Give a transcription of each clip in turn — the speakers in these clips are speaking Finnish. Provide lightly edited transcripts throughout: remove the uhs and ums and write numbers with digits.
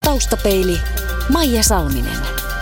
Taustapeili Maija Salminen.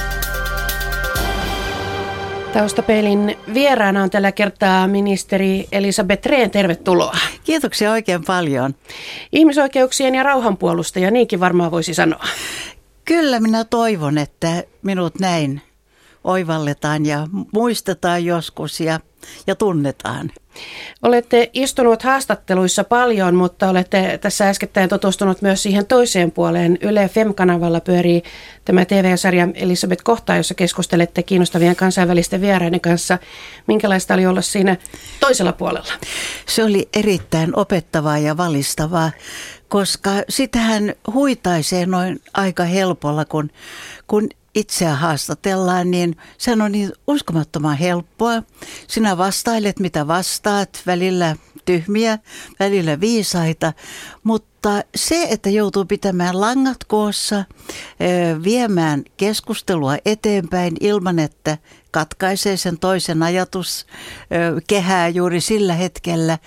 Taustapeilin vieraana on tällä kertaa ministeri Elisabeth Rehn. Tervetuloa. Kiitoksia oikein paljon. Ihmisoikeuksien ja rauhanpuolustaja, niinkin varmaan voisi sanoa. Kyllä minä toivon, että minut näin oivalletaan ja muistetaan joskus ja tunnetaan. Olette istunut haastatteluissa paljon, mutta olette tässä äskettäin tutustunut myös siihen toiseen puoleen. Yle Fem-kanavalla pyörii tämä TV-sarja Elisabeth kohtaa, jossa keskustelette kiinnostavien kansainvälisten vieraiden kanssa. Minkälaista oli olla siinä toisella puolella? Se oli erittäin opettavaa ja valistavaa, koska sitähän huitaisee noin aika helpolla, kun itseä haastatellaan, niin sehän on niin uskomattoman helppoa. Sinä vastailet, mitä vastaat, välillä tyhmiä, välillä viisaita, mutta se, että joutuu pitämään langat koossa, viemään keskustelua eteenpäin ilman, että katkaisee sen toisen ajatuskehää juuri sillä hetkellä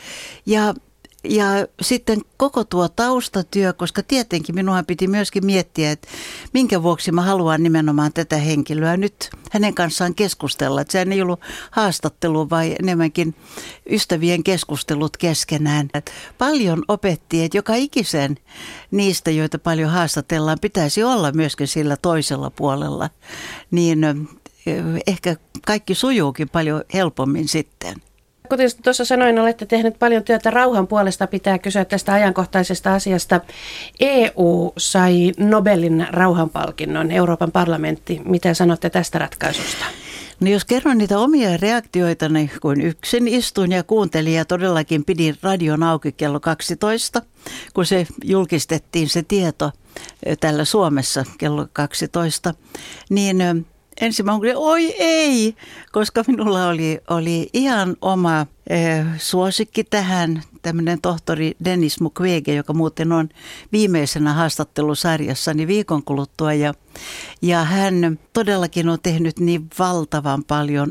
ja sitten koko tuo taustatyö, koska tietenkin minunhan piti myöskin miettiä, että minkä vuoksi mä haluan nimenomaan tätä henkilöä nyt hänen kanssaan keskustella. Että sehän ei ollut haastattelu, vai enemmänkin ystävien keskustelut keskenään. Paljon opetti, että joka ikisen niistä, joita paljon haastatellaan, pitäisi olla myöskin sillä toisella puolella. Niin ehkä kaikki sujuukin paljon helpommin sitten. Kuten tuossa sanoin, olette tehneet paljon työtä rauhan puolesta. Pitää kysyä tästä ajankohtaisesta asiasta. EU sai Nobelin rauhanpalkinnon, Euroopan parlamentti. Mitä sanotte tästä ratkaisusta? No jos kerron niitä omia reaktioitani, kun yksin istuin ja kuuntelin ja todellakin pidin radion auki kello 12, kun se julkistettiin se tieto täällä Suomessa kello 12, niin ensin mä olin, oi ei, koska minulla oli ihan oma suosikki tähän, tämmöinen tohtori Denis Mukwege, joka muuten on viimeisenä haastattelusarjassani viikon kuluttua. Ja hän todellakin on tehnyt niin valtavan paljon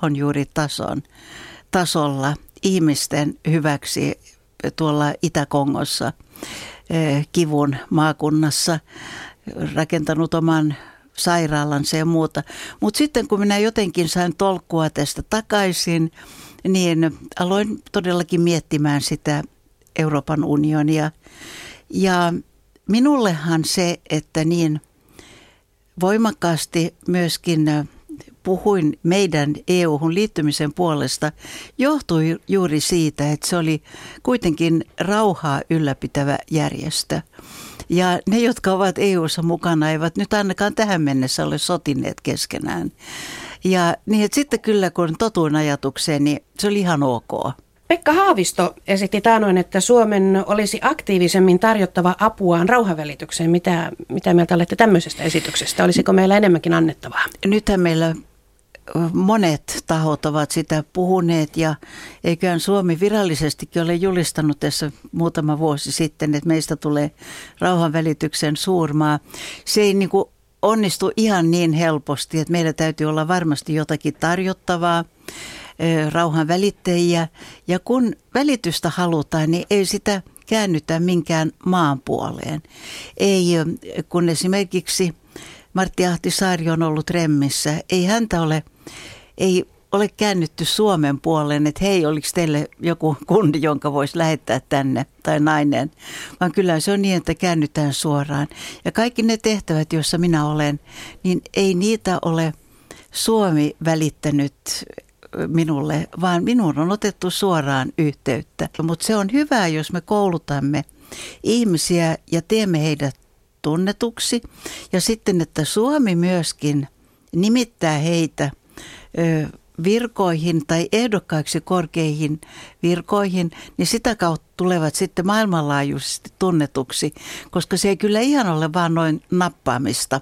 ruohonjuuritasolla ihmisten hyväksi tuolla Itä-Kongossa, Kivun maakunnassa, rakentanut oman sairaalansa ja muuta. Mutta sitten kun minä jotenkin sain tolkkua tästä takaisin, niin aloin todellakin miettimään sitä Euroopan unionia. Ja minullehan se, että niin voimakkaasti myöskin puhuin meidän EU-hun liittymisen puolesta, johtui juuri siitä, että se oli kuitenkin rauhaa ylläpitävä järjestö. Ja ne, jotka ovat EU:ssa mukana, eivät nyt ainakaan tähän mennessä ole sotineet keskenään. Ja niin, että sitten kyllä kun totuin ajatukseen, niin se oli ihan ok. Pekka Haavisto esitti taanoin, että Suomen olisi aktiivisemmin tarjottava apuaan rauhanvälitykseen. Mitä mieltä olette tämmöisestä esityksestä? Olisiko meillä enemmänkin annettavaa? Nythän meillä monet tahot ovat sitä puhuneet ja eiköhän Suomi virallisestikin ole julistanut tässä muutama vuosi sitten, että meistä tulee rauhanvälityksen suurmaa. Se ei niin kuin onnistu ihan niin helposti, että meillä täytyy olla varmasti jotakin tarjottavaa, rauhanvälittäjiä, ja kun välitystä halutaan, niin ei sitä käännytä minkään maan puoleen. Ei, kun esimerkiksi Martti Ahtisaari on ollut Remmissä, ei ole käännytty Suomen puoleen, että hei, oliko teille joku kundi, jonka voisi lähettää tänne, tai nainen, vaan kyllä se on niin, että käännytään suoraan. Ja kaikki ne tehtävät, joissa minä olen, niin ei niitä ole Suomi välittänyt minulle, vaan minun on otettu suoraan yhteyttä. Mutta se on hyvä, jos me koulutamme ihmisiä ja teemme heidät tunnetuksi. Ja sitten, että Suomi myöskin nimittää heitä virkoihin tai ehdokkaiksi korkeihin virkoihin, niin sitä kautta tulevat sitten maailmanlaajuisesti tunnetuksi, koska se ei kyllä ihan ole vaan noin nappaamista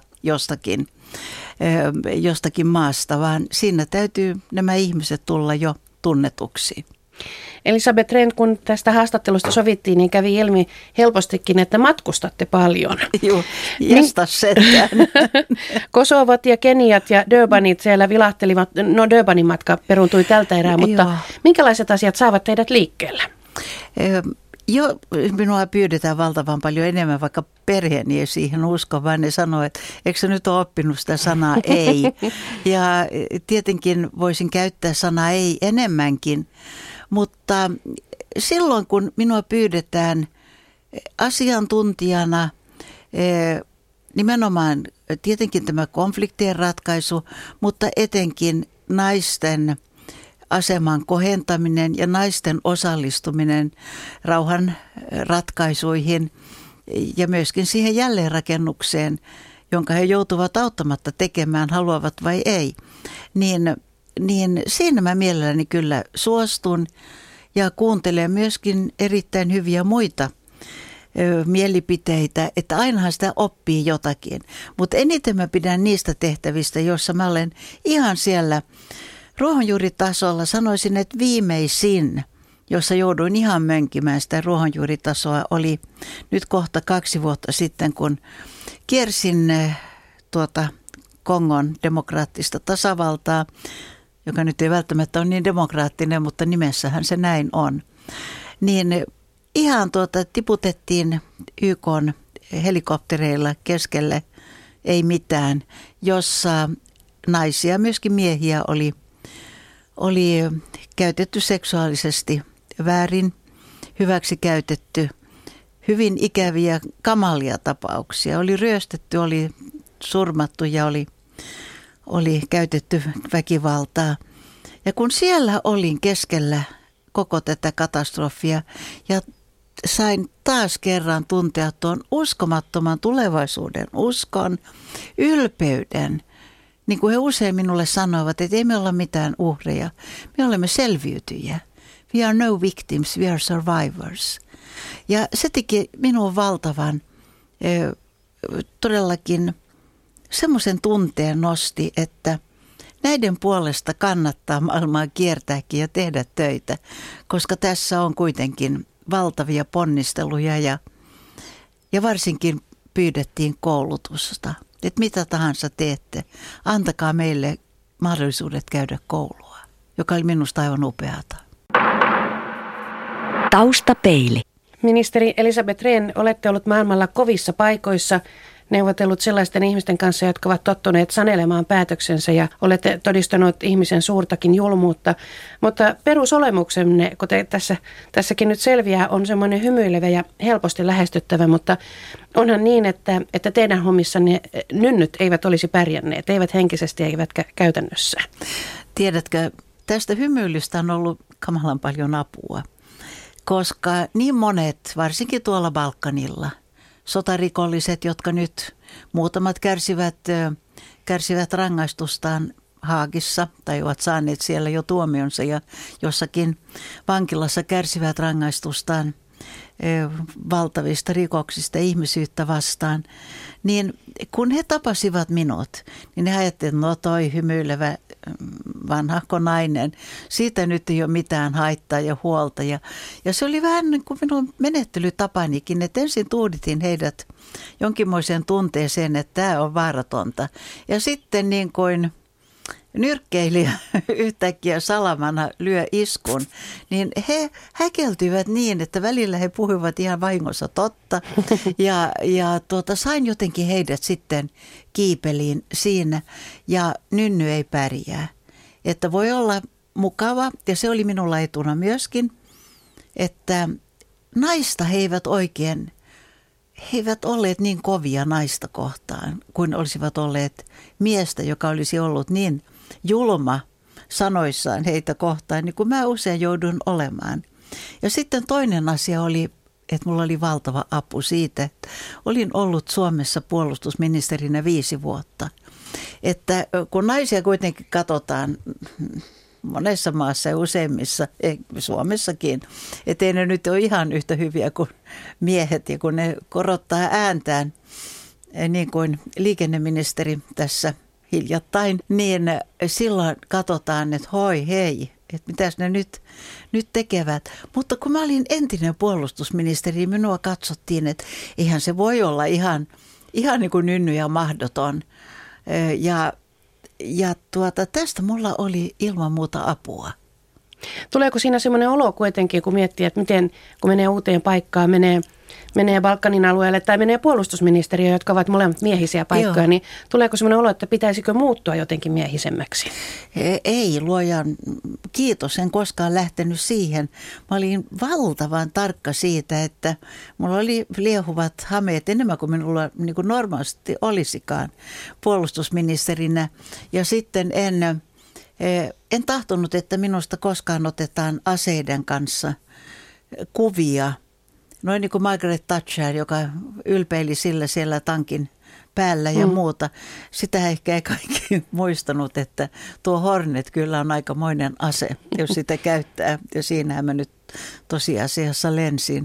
jostakin maasta, vaan siinä täytyy nämä ihmiset tulla jo tunnetuksi. Elisabeth Rehn, kun tästä haastattelusta sovittiin, niin kävi ilmi helpostikin, että matkustatte paljon. Joo, jestas sentään. Kosovot ja Keniat ja Durbanit siellä vilahtelivat. No, Durbanin matka peruuntui tältä erää, mutta minkälaiset asiat saavat teidät liikkeelle? Joo, minua pyydetään valtavan paljon enemmän, vaikka perheeni ei siihen usko, vaan ne sanoo, että eikö sä nyt ole oppinut sitä sanaa ei. Ja tietenkin voisin käyttää sanaa ei enemmänkin, mutta silloin kun minua pyydetään asiantuntijana, nimenomaan tietenkin tämä konfliktien ratkaisu, mutta etenkin naisten aseman kohentaminen ja naisten osallistuminen rauhan ratkaisuihin ja myöskin siihen jälleenrakennukseen, jonka he joutuvat auttamatta tekemään, haluavat vai ei, niin siinä mä mielelläni kyllä suostun ja kuuntelen myöskin erittäin hyviä muita mielipiteitä, että ainahan sitä oppii jotakin. Mutta eniten mä pidän niistä tehtävistä, joissa mä olen ihan siellä ruohonjuuritasolla, sanoisin, että viimeisin, jossa jouduin ihan mönkimään sitä ruohonjuuritasoa, oli nyt kohta 2 vuotta sitten, kun kiersin Kongon demokraattista tasavaltaa, joka nyt ei välttämättä ole niin demokraattinen, mutta nimessähän se näin on. Niin ihan tiputettiin YK:n helikoptereilla keskelle, ei mitään, jossa naisia, myöskin miehiä oli käytetty seksuaalisesti väärin, hyväksi käytetty, hyvin ikäviä, kamalia tapauksia. Oli ryöstetty, oli surmattu ja oli käytetty väkivaltaa. Ja kun siellä olin keskellä koko tätä katastrofia ja sain taas kerran tuntea tuon uskomattoman tulevaisuuden uskon, ylpeyden, niin kuin he usein minulle sanoivat, että ei me olla mitään uhreja, me olemme selviytyjiä. We are no victims, we are survivors. Ja se teki minun valtavan, todellakin semmoisen tunteen nosti, että näiden puolesta kannattaa maailmaa kiertääkin ja tehdä töitä, koska tässä on kuitenkin valtavia ponnisteluja ja varsinkin pyydettiin koulutusta. Että mitä tahansa teette, antakaa meille mahdollisuudet käydä koulua, joka oli minusta aivan upeata. Taustapeili. Ministeri Elisabeth Rehn, olette ollut maailmalla kovissa paikoissa, neuvotellut sellaisten ihmisten kanssa, jotka ovat tottuneet sanelemaan päätöksensä ja olette todistanut ihmisen suurtakin julmuutta. Mutta perusolemuksenne, kuten tässäkin nyt selviää, on semmoinen hymyilevä ja helposti lähestyttävä, mutta onhan niin, että teidän hommissanne nynnyt eivät olisi pärjänneet, eivät henkisesti eivätkä käytännössä. Tiedätkö, tästä hymyilystä on ollut kamalan paljon apua, koska niin monet, varsinkin tuolla Balkanilla, sotarikolliset, jotka nyt muutamat kärsivät rangaistustaan Haagissa tai ovat saaneet siellä jo tuomionsa ja jossakin vankilassa kärsivät rangaistustaan valtavista rikoksista ihmisyyttä vastaan, niin kun he tapasivat minut, niin he ajattelivat, että no toi hymyilevä vanhahko nainen, siitä nyt ei ole mitään haittaa ja huolta. Ja se oli vähän niin kuin minun menettelytapanikin, että ensin tuuditin heidät jonkinmoiseen tunteeseen, että tämä on vaaratonta. Ja sitten niin kuin nyrkkeilijä yhtäkkiä salamana lyö iskun, niin he häkeltyivät niin, että välillä he puhuivat ihan vahingossa totta. Ja sain jotenkin heidät sitten kiipeliin siinä ja nynny ei pärjää. Että voi olla mukava, ja se oli minulla etuna myöskin, että naista he eivät olleet niin kovia naista kohtaan, kuin olisivat olleet miestä, joka olisi ollut niin julma sanoissaan heitä kohtaan, niin kuin mä usein joudun olemaan. Ja sitten toinen asia oli, että mulla oli valtava apu siitä, että olin ollut Suomessa puolustusministerinä 5 vuotta. Että kun naisia kuitenkin katsotaan monessa maassa ja useimmissa, Suomessakin, ettei ne nyt ole ihan yhtä hyviä kuin miehet, ja kun ne korottaa ääntään, niin kuin liikenneministeri tässä hiljattain, niin silloin katsotaan, että hoi hei, että mitäs ne nyt tekevät. Mutta kun mä olin entinen puolustusministeri, niin minua katsottiin, että eihän se voi olla ihan niin kuin nynny ja mahdoton. Ja tästä mulla oli ilman muuta apua. Tuleeko siinä semmoinen olo kuitenkin, kun miettii, että miten kun menee uuteen paikkaan, menee Balkanin alueelle tai menee puolustusministeriöön, jotka ovat molemmat miehisiä paikkoja, niin tuleeko semmoinen olo, että pitäisikö muuttua jotenkin miehisemmäksi? Ei, luojan kiitos, en koskaan lähtenyt siihen. Mä olin valtavan tarkka siitä, että mulla oli liehuvat hameet enemmän kuin minulla niin kuin normaalisti olisikaan puolustusministerinä. Ja sitten en tahtonut, että minusta koskaan otetaan aseiden kanssa kuvia. Noin niin kuin Margaret Thatcher, joka ylpeili sillä siellä tankin päällä ja muuta. Sitä ehkä ei kaikki muistanut, että tuo Hornet kyllä on aikamoinen ase, jos sitä käyttää. Ja siinähän mä nyt tosiasiassa lensin.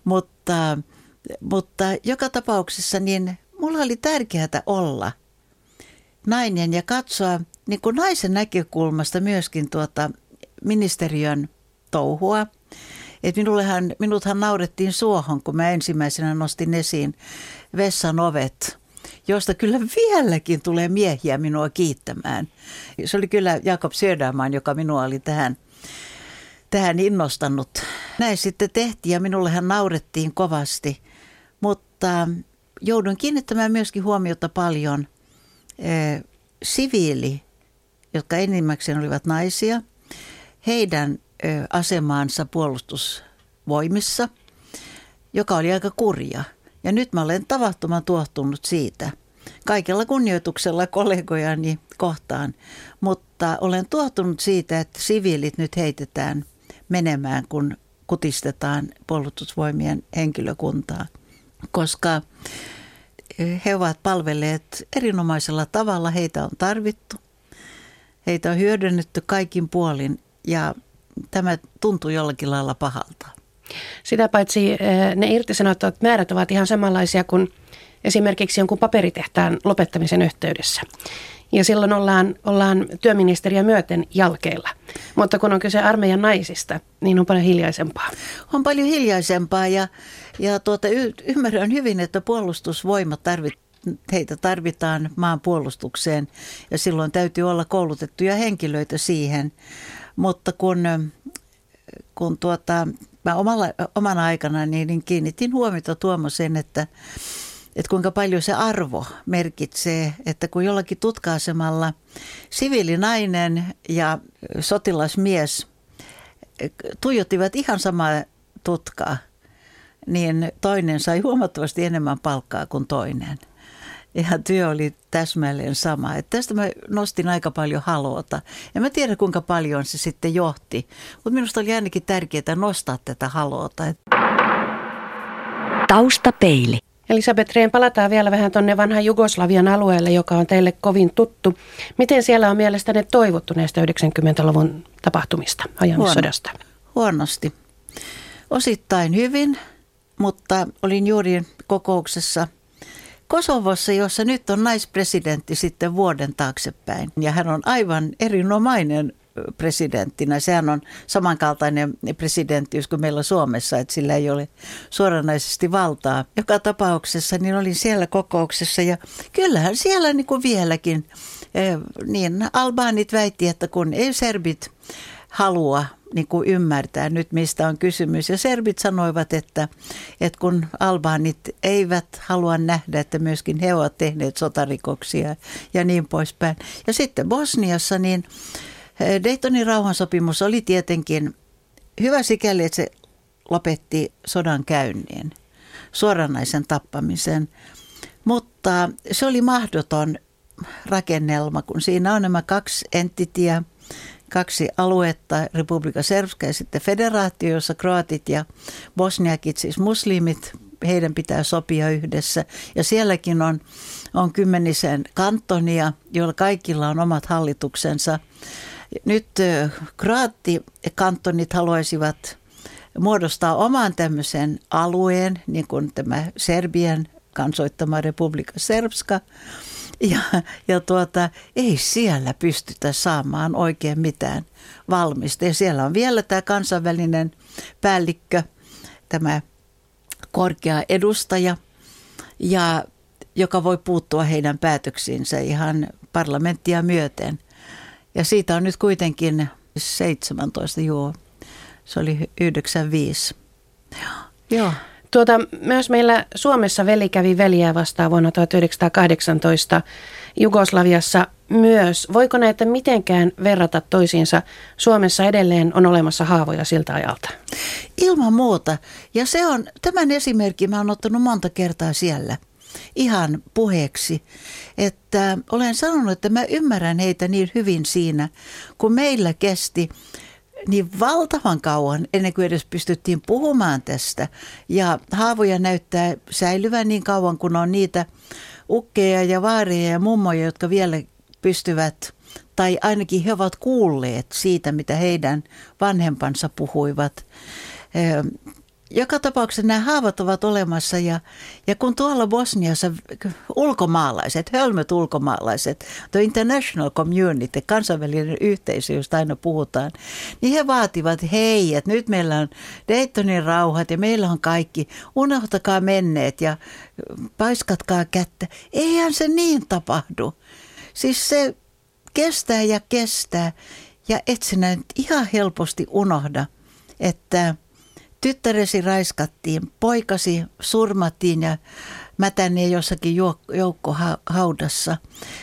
Mutta joka tapauksessa niin mulla oli tärkeää olla nainen ja katsoa niin kuin naisen näkökulmasta myöskin tuota ministeriön touhua. Että minuthan naurettiin suohon, kun mä ensimmäisenä nostin esiin vessan ovet, josta kyllä vieläkin tulee miehiä minua kiittämään. Se oli kyllä Jakob Söderman, joka minua oli tähän innostanut. Näin sitten tehtiin ja minullehan naurettiin kovasti, mutta joudun kiinnittämään myöskin huomiota paljon siviili, jotka enimmäkseen olivat naisia, heidän asemaansa puolustusvoimissa, joka oli aika kurja. Ja nyt mä olen tavattoman tuohtunut siitä, kaikella kunnioituksella kollegojani kohtaan, mutta olen tuohtunut siitä, että siviilit nyt heitetään menemään, kun kutistetaan puolustusvoimien henkilökuntaa, koska he ovat palvelleet erinomaisella tavalla, heitä on tarvittu, heitä on hyödynnetty kaikin puolin ja tämä tuntuu jollakin lailla pahalta. Sitä paitsi ne irtisanottavat määrät ovat ihan samanlaisia kuin esimerkiksi jonkun paperitehtaan lopettamisen yhteydessä. Ja silloin ollaan työministeriä myöten jalkeilla. Mutta kun on kyse armeijan naisista, niin on paljon hiljaisempaa. On paljon hiljaisempaa ja ymmärrän hyvin, että puolustusvoimat heitä tarvitaan maan puolustukseen ja silloin täytyy olla koulutettuja henkilöitä siihen. Mutta kun mä omana aikana niin kiinnitin huomiota tuommoiseen, että kuinka paljon se arvo merkitsee, että kun jollakin tutka-asemalla siviilinainen ja sotilasmies tuijottivat ihan samaa tutkaa, niin toinen sai huomattavasti enemmän palkkaa kuin toinen. Ja työ oli täsmälleen sama. Että tästä mä nostin aika paljon haloota. En mä tiedä, kuinka paljon se sitten johti. Mutta minusta oli ainakin tärkeää nostaa tätä haloota. Taustapeili. Elisabeth Rehn, palataan vielä vähän tuonne vanhan Jugoslavian alueelle, joka on teille kovin tuttu. Miten siellä on mielestäni toivottu näistä 90-luvun tapahtumista, ajamissodasta? Huonosti. Osittain hyvin, mutta olin juuri kokouksessa Kosovossa, jossa nyt on naispresidentti sitten vuoden taaksepäin. Ja hän on aivan erinomainen presidenttinä. Sehän on samankaltainen presidenttiys kuin meillä Suomessa, että sillä ei ole suoranaisesti valtaa. Joka tapauksessa niin olin siellä kokouksessa ja kyllähän siellä niin kuin vieläkin niin albaanit väitti, että kun ei serbit halua niin kuin ymmärtää nyt, mistä on kysymys. Ja serbit sanoivat, että kun albaanit eivät halua nähdä, että myöskin he ovat tehneet sotarikoksia ja niin poispäin. Ja sitten Bosniassa niin Daytonin rauhansopimus oli tietenkin hyvä sikäli, että se lopetti sodan käynnin, suoranaisen tappamisen. Mutta se oli mahdoton rakennelma, kun siinä on nämä kaksi entitiä, kaksi aluetta, Republika Srpska ja sitten federaatio, jossa kroatit ja bosniakit, siis muslimit, heidän pitää sopia yhdessä. Ja sielläkin on 10 kantonia, joilla kaikilla on omat hallituksensa. Nyt kroaattikantonit haluaisivat muodostaa oman tämmöisen alueen, niin kuin tämä Serbian kansoittama Republika Srpska. Ja ei siellä pystytä saamaan oikein mitään valmista. Ja siellä on vielä tämä kansainvälinen päällikkö, tämä korkea edustaja, joka voi puuttua heidän päätöksiinsä ihan parlamenttia myöten. Ja siitä on nyt kuitenkin 17, joo. Se oli 95. Joo. Myös meillä Suomessa veli kävi veljeä vastaan vuonna 1918, Jugoslaviassa myös. Voiko näitä mitenkään verrata toisiinsa? Suomessa edelleen on olemassa haavoja siltä ajalta. Ilman muuta. Ja tämän esimerkin mä oon ottanut monta kertaa siellä ihan puheeksi, että olen sanonut, että mä ymmärrän heitä niin hyvin siinä, kun meillä kesti niin valtavan kauan ennen kuin edes pystyttiin puhumaan tästä. Ja haavoja näyttää säilyvän niin kauan, kun on niitä ukkeja ja vaareja ja mummoja, jotka vielä pystyvät, tai ainakin he ovat kuulleet siitä, mitä heidän vanhempansa puhuivat. Joka tapauksessa nämä haavat ovat olemassa ja kun tuolla Bosniassa ulkomaalaiset, hölmöt ulkomaalaiset, the international community, kansainvälinen yhteisö, josta aina puhutaan, niin he vaativat, hei, että nyt meillä on Daytonin rauhat ja meillä on kaikki, unohtakaa menneet ja paiskatkaa kättä. Eihän se niin tapahdu. Siis se kestää ja et sinä nyt ihan helposti unohda, että tyttäresi raiskattiin, poikasi surmattiin ja mätäneen jossakin joukkohaudassa.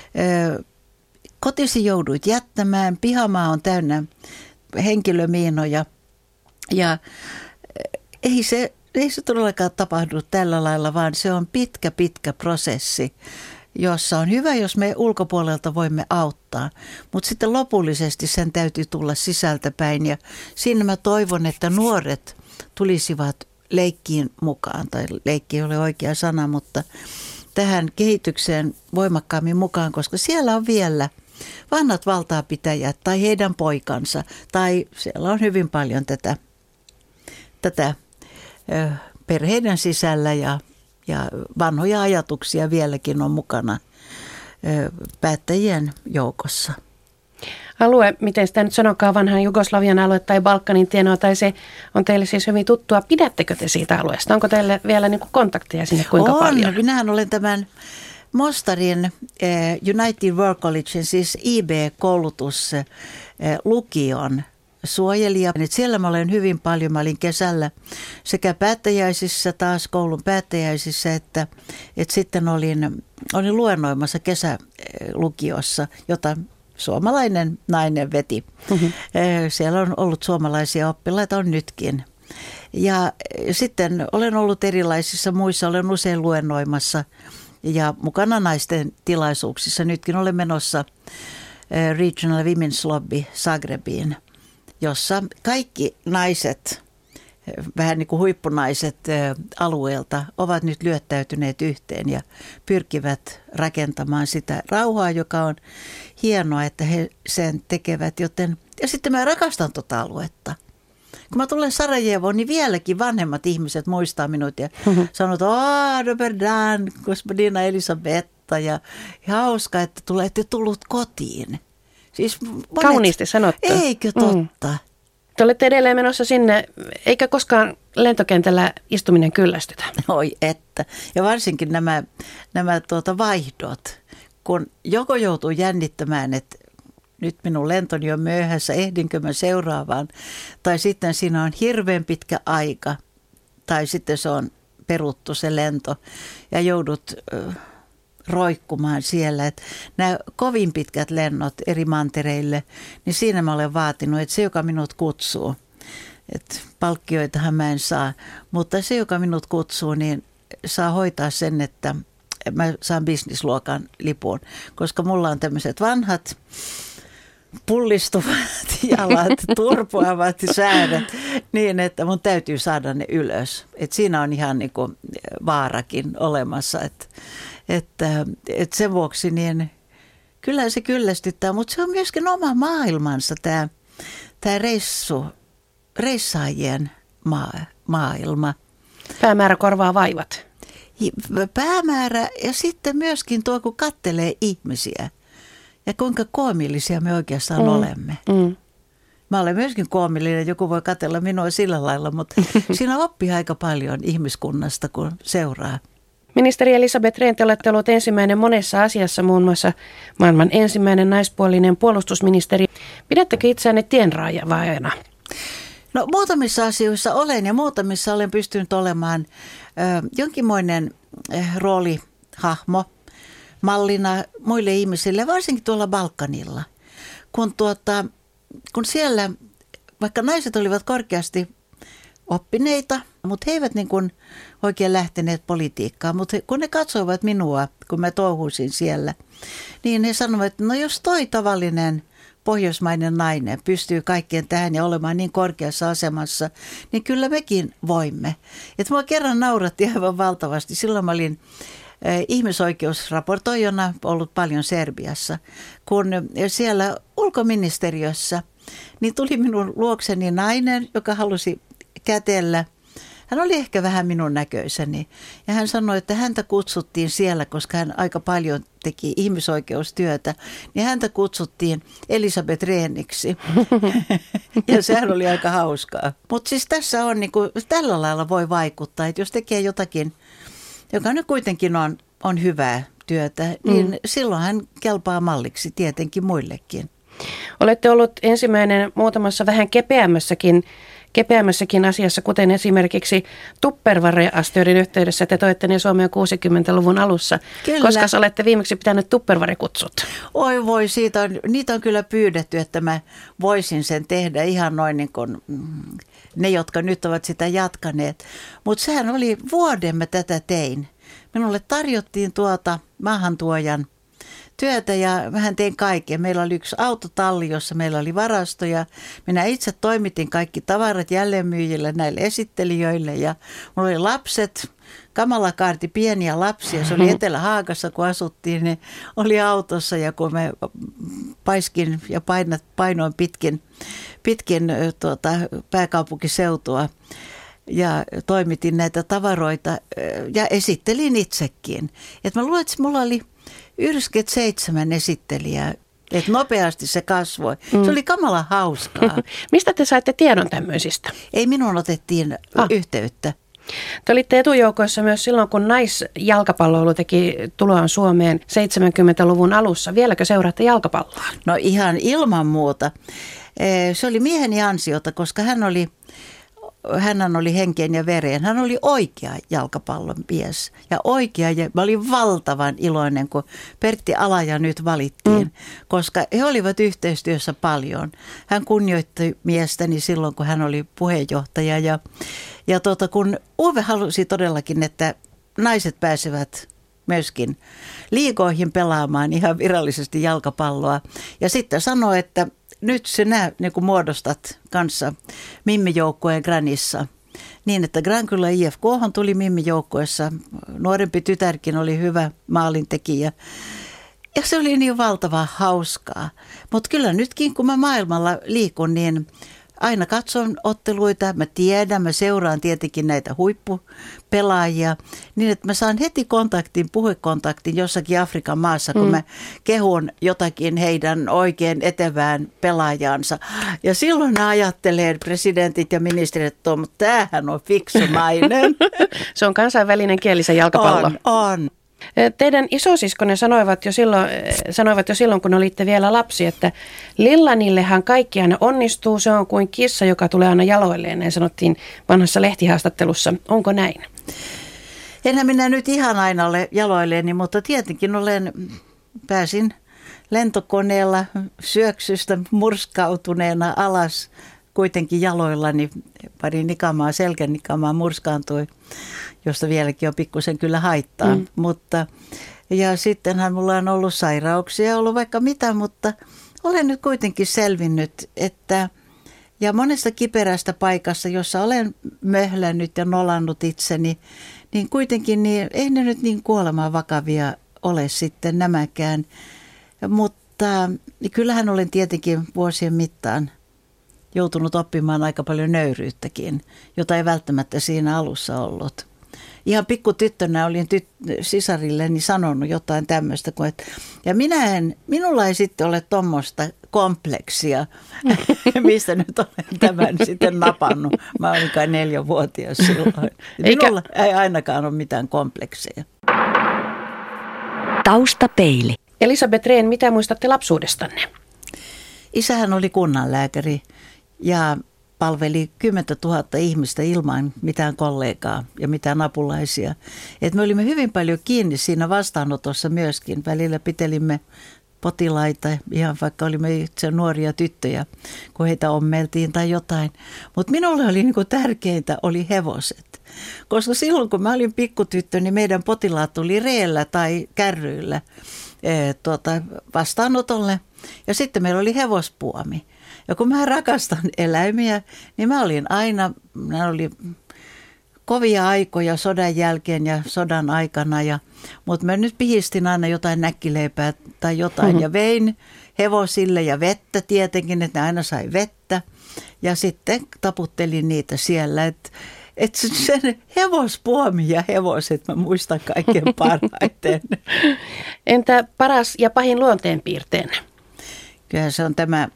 Kotisi jouduit jättämään, pihamaa on täynnä henkilömiinoja ja ei se todellakaan tapahdu tällä lailla, vaan se on pitkä prosessi, jossa on hyvä, jos me ulkopuolelta voimme auttaa, mutta sitten lopullisesti sen täytyy tulla sisältäpäin ja siinä mä toivon, että nuoret tulisivat leikkiin mukaan, tai leikki ei ole oikea sana, mutta tähän kehitykseen voimakkaammin mukaan, koska siellä on vielä vanhat valtaapitäjät tai heidän poikansa, tai siellä on hyvin paljon tätä perheiden sisällä ja vanhoja ajatuksia vieläkin on mukana päättäjien joukossa. Alue, miten sitä nyt sanokaa, vanhan Jugoslavian alue tai Balkanin tienoa, tai se on teille siis hyvin tuttua. Pidättekö te siitä alueesta? Onko teille vielä niin kuin kontakteja sinne kuinka paljon? Minähän olen tämän Mostarin United World Collegein, siis IB-koulutuslukion suojelija. Siellä mä olen hyvin paljon. Mä olin kesällä sekä päättäjäisissä, taas koulun päättäjäisissä, että sitten olin luennoimassa kesälukiossa, jota suomalainen nainen veti. Mm-hmm. Siellä on ollut suomalaisia oppilaita, on nytkin. Ja sitten olen ollut erilaisissa muissa, olen usein luennoimassa ja mukana naisten tilaisuuksissa. Nytkin olen menossa Regional Women's Lobby Zagrebiin, jossa kaikki naiset, vähän niin kuin huippunaiset alueelta, ovat nyt lyöttäytyneet yhteen ja pyrkivät rakentamaan sitä rauhaa, joka on hienoa, että he sen tekevät. Ja sitten mä rakastan tuota aluetta. Kun mä tulen Sarajevoon, niin vieläkin vanhemmat ihmiset muistaa minut ja sanoo, että dober dan, gospodina Elisabetta ja hauska, että olette tullut kotiin. Siis kauniisti sanottu. Eikö totta? Te olette edelleen menossa sinne, eikä koskaan lentokentällä istuminen kyllästytä. Oi että. Ja varsinkin nämä vaihdot, kun joko joutuu jännittämään, että nyt minun lentoni on myöhässä, ehdinkö mä seuraavaan, tai sitten siinä on hirveän pitkä aika, tai sitten se on peruttu se lento ja joudut roikkumaan siellä. Että nämä kovin pitkät lennot eri mantereille, niin siinä mä olen vaatinut, että se, joka minut kutsuu, että palkkioitahan mä en saa, mutta se, joka minut kutsuu, niin saa hoitaa sen, että mä saan bisnisluokan lipun, koska mulla on tämmöiset vanhat pullistuvat jalat, turpoavat säädät niin, että mun täytyy saada ne ylös. Että siinä on ihan niin kuin vaarakin olemassa, että sen vuoksi niin kyllä se kyllästyttää, mutta se on myöskin oma maailmansa tämä reissaajien maailma. Päämäärä korvaa vaivat. Päämäärä ja sitten myöskin tuo, kun kattelee ihmisiä ja kuinka koomillisia me oikeastaan olemme. Mä olen myöskin koomillinen, joku voi katsella minua sillä lailla, mutta siinä oppii aika paljon ihmiskunnasta, kun seuraa. Ministeri Elisabeth Rehn, te olette ollut ensimmäinen monessa asiassa, muun muassa maailman ensimmäinen naispuolinen puolustusministeri. Pidättekö itseänne tienraajavaajana? No muutamissa asioissa olen ja muutamissa olen pystynyt olemaan jonkinmoinen roolihahmo mallina muille ihmisille, varsinkin tuolla Balkanilla. Kun siellä, vaikka naiset olivat korkeasti oppineita, mutta he eivät niin kuin oikein lähteneet politiikkaan. Mutta kun ne katsoivat minua, kun mä touhuisin siellä, niin he sanoivat, että no jos toi tavallinen pohjoismainen nainen pystyy kaikkeen tähän ja olemaan niin korkeassa asemassa, niin kyllä mekin voimme. Että mua kerran nauratti aivan valtavasti. Silloin mä olin ihmisoikeusraportoijana ollut paljon Serbiassa, kun siellä ulkoministeriössä niin tuli minun luokseni nainen, joka halusi kätellä. Hän oli ehkä vähän minun näköiseni ja hän sanoi, että häntä kutsuttiin siellä, koska hän aika paljon teki ihmisoikeustyötä, niin häntä kutsuttiin Elisabeth Rehniksi. Ja sehän oli aika hauskaa. Mutta siis tässä on, niin kuin, tällä lailla voi vaikuttaa, että jos tekee jotakin, joka nyt kuitenkin on hyvää työtä, niin silloin hän kelpaa malliksi tietenkin muillekin. Olette ollut ensimmäinen muutamassa vähän kepeämmässäkin asiassa, kuten esimerkiksi Tupperware-astioiden yhteydessä. Te toitte ne Suomeen 60-luvun alussa. Kyllä. Koska olette viimeksi pitänyt Tupperware-kutsut? Oi voi, niitä on kyllä pyydetty, että mä voisin sen tehdä ihan noin niin kuin ne, jotka nyt ovat sitä jatkaneet. Mutta sehän oli vuoden mä tätä tein. Minulle tarjottiin maahantuojan työtä ja vähän tein kaiken. Meillä oli yksi autotalli, jossa meillä oli varastoja. Minä itse toimitin kaikki tavarat jälleenmyyjille näille esittelijöille ja mulla oli lapset, kamalakaarti, pieniä lapsia. Se oli Etelä-Haagassa, kun asuttiin, ne oli autossa ja kun me paiskin ja painoin pitkin pääkaupunkiseutua ja toimitin näitä tavaroita ja esittelin itsekin. Et mä luulen, että mulla oli 97 esittelijää, että nopeasti se kasvoi. Se oli kamala hauskaa. Mistä te saitte tiedon tämmöisistä? Ei, minun otettiin yhteyttä. Te olitte etujoukoissa myös silloin, kun naisjalkapalloilu teki tuloaan Suomeen 70-luvun alussa. Vieläkö seuraatte jalkapalloa? No ihan ilman muuta. Se oli mieheni ansiota, koska hän oli henkeen ja vereen. Hän oli oikea jalkapallon mies ja oikea. Ja mä olin valtavan iloinen, kun Pertti Alaja nyt valittiin, koska he olivat yhteistyössä paljon. Hän kunnioitti miestäni silloin, kun hän oli puheenjohtaja. Ja kun Uwe halusi todellakin, että naiset pääsevät myöskin liigoihin pelaamaan ihan virallisesti jalkapalloa. Ja sitten sanoi, että nyt sinä niin kuin muodostat kanssa Mimmi-joukkueen Granissa. Niin, että Grankylä IFK:han tuli Mimmi-joukkueessa. Nuorempi tytärkin oli hyvä maalintekijä. Ja se oli niin valtava hauskaa. Mutta kyllä nytkin, kun mä maailmalla liikun, niin aina katson otteluita. Mä seuraan tietenkin näitä huippupelaajia. Niin, että mä saan heti puhekontaktin jossakin Afrikan maassa, kun mä kehun jotakin heidän oikein etevään pelaajansa. Ja silloin ajattelee presidentit ja ministerit, että tämähän on fiksu nainen. Se on kansainvälinen kielisen jalkapallo. On. Teidän isosiskonne sanoivat jo silloin, kun olitte vielä lapsi, että Lillanillehan kaikki aina onnistuu. Se on kuin kissa, joka tulee aina jaloilleen, näin sanottiin vanhassa lehtihaastattelussa. Onko näin? Enhän minä nyt ihan aina ole jaloilleeni, mutta tietenkin pääsin lentokoneella syöksystä murskautuneena alas. Kuitenkin jaloillani pari selkänikamaa murskaantui, josta vieläkin on pikkusen kyllä haittaa. Ja sittenhän mulla on ollut sairauksia, ollut vaikka mitä, mutta olen nyt kuitenkin selvinnyt, ja monesta kiperästä paikassa, jossa olen möhlännyt ja nolannut itseni, niin kuitenkin niin, ei ne nyt niin kuolemaan vakavia ole sitten nämäkään. Mutta kyllähän olen tietenkin vuosien mittaan joutunut oppimaan aika paljon nöyryyttäkin, jota ei välttämättä siinä alussa ollut. Ihan pikkutyttönä olin sisarilleni sanonut jotain tämmöistä, ja minulla ei sitten ole tuommoista kompleksia, mistä nyt olen tämän sitten napannut. Mä olin kai 4-vuotias silloin. Minulla ei ainakaan ole mitään komplekseja. Taustapeili. Elisabeth Rehn, mitä muistatte lapsuudestanne? Isähän oli kunnanlääkäri ja palveli 10 000 ihmistä ilman mitään kollegaa ja mitään apulaisia. Et me olimme hyvin paljon kiinni siinä vastaanotossa myöskin. Välillä pitelimme potilaita, ihan vaikka olimme itse nuoria tyttöjä, kun heitä ommeltiin tai jotain. Mutta minulle oli tärkeintä oli hevoset. Koska silloin, kun mä olin pikkutyttö, niin meidän potilaat tuli reellä tai kärryillä vastaanotolle. Ja sitten meillä oli hevospuomi. Ja kun mä rakastan eläimiä, niin mä olin kovia aikoja sodan jälkeen ja sodan aikana. Mutta mä nyt pihistin aina jotain näkkileipää tai jotain ja vein hevosille ja vettä tietenkin, että ne aina sai vettä. Ja sitten taputtelin niitä siellä, että sen hevospuomi ja hevoset mä muistan kaikkein parhaiten. Entä paras ja pahin luonteenpiirteenne? Kyllä se on tämä,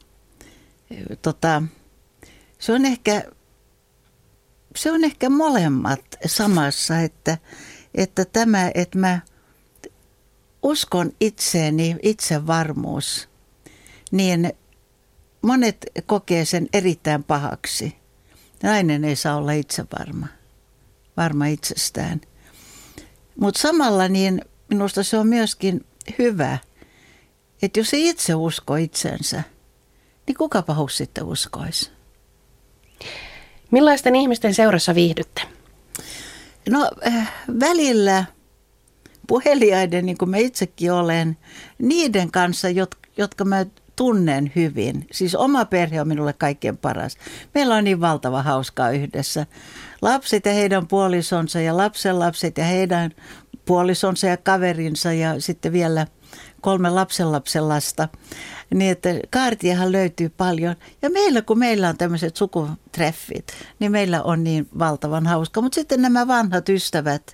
se on ehkä molemmat samassa, että mä uskon itseeni, itsevarmuus, niin monet kokee sen erittäin pahaksi. Nainen ei saa olla varma itsestään. Mutta samalla niin minusta se on myöskin hyvä, että jos ei itse usko itsensä, niin kuka pahus sitten uskoisi? Millaisten ihmisten seurassa viihdytte? No välillä puheliaiden, niin kuin mä itsekin olen, niiden kanssa, jotka mä tunnen hyvin. Siis oma perhe on minulle kaikkein paras. Meillä on niin valtava hauskaa yhdessä. Lapset ja heidän puolisonsa ja lapsenlapset ja heidän puolisonsa ja kaverinsa ja sitten vielä 3 lapsenlapsenlasta. Niin että kaartiahan löytyy paljon. Ja kun meillä on tämmöiset sukutreffit, niin meillä on niin valtavan hauska. Mutta sitten nämä vanhat ystävät,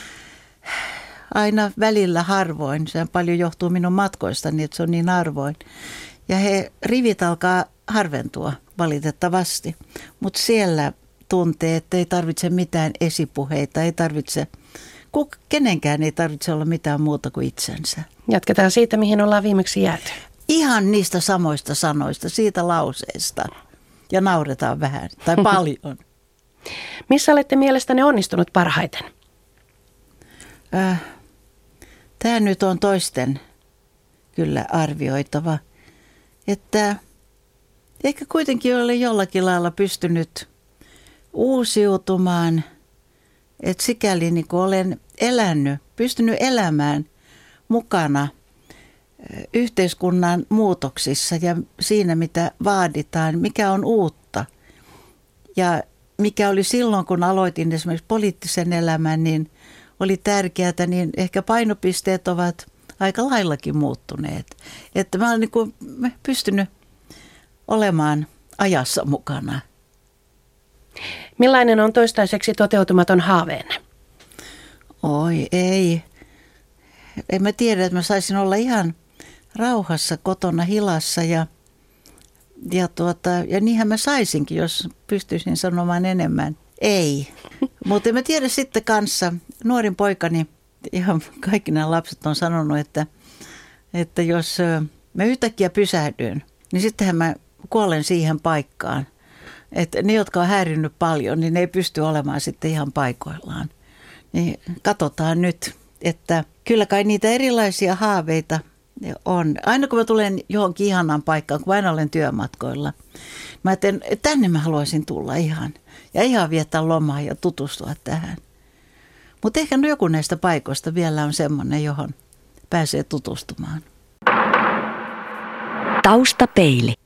aina välillä harvoin, se paljon johtuu minun matkoistani, että se on niin harvoin. Ja rivit alkaa harventua valitettavasti, mutta siellä tuntee, että ei tarvitse mitään esipuheita, kenenkään ei tarvitse olla mitään muuta kuin itsensä. Jatketaan siitä, mihin ollaan viimeksi jääty. Ihan niistä samoista sanoista, siitä lauseesta ja nauretaan vähän tai paljon. Missä olette mielestäni onnistunut parhaiten? Tämä nyt on toisten kyllä arvioitava, että ehkä kuitenkin olen jollakin lailla pystynyt uusiutumaan, että sikäli niin kuin olen pystynyt elämään mukana yhteiskunnan muutoksissa ja siinä, mitä vaaditaan, mikä on uutta. Ja mikä oli silloin, kun aloitin esimerkiksi poliittisen elämän, niin oli tärkeää, niin ehkä painopisteet ovat aika laillakin muuttuneet. Että mä olen pystynyt olemaan ajassa mukana. Millainen on toistaiseksi toteutumaton haaveenne? Oi ei. En mä tiedä, että mä saisin olla ihan rauhassa kotona hilassa ja niinhän mä saisinkin, jos pystyisin sanomaan enemmän. Ei. Mutta en mä tiedä sitten kanssa, nuorin poikani, ihan kaikki nämä lapset on sanonut, että jos mä yhtäkkiä pysähdyn, niin sittenhän mä kuolen siihen paikkaan. Että ne, jotka on häirinyt paljon, niin ne ei pysty olemaan sitten ihan paikoillaan. Niin katsotaan nyt, että kyllä kai niitä erilaisia haaveita on. Aina kun mä tulen johonkin ihanaan paikkaan, kun aina olen työmatkoilla, mä ajattelen, että tänne mä haluaisin tulla ihan. Ja ihan viettää lomaa ja tutustua tähän. Mutta ehkä joku näistä paikoista vielä on semmoinen, johon pääsee tutustumaan. Taustapeili.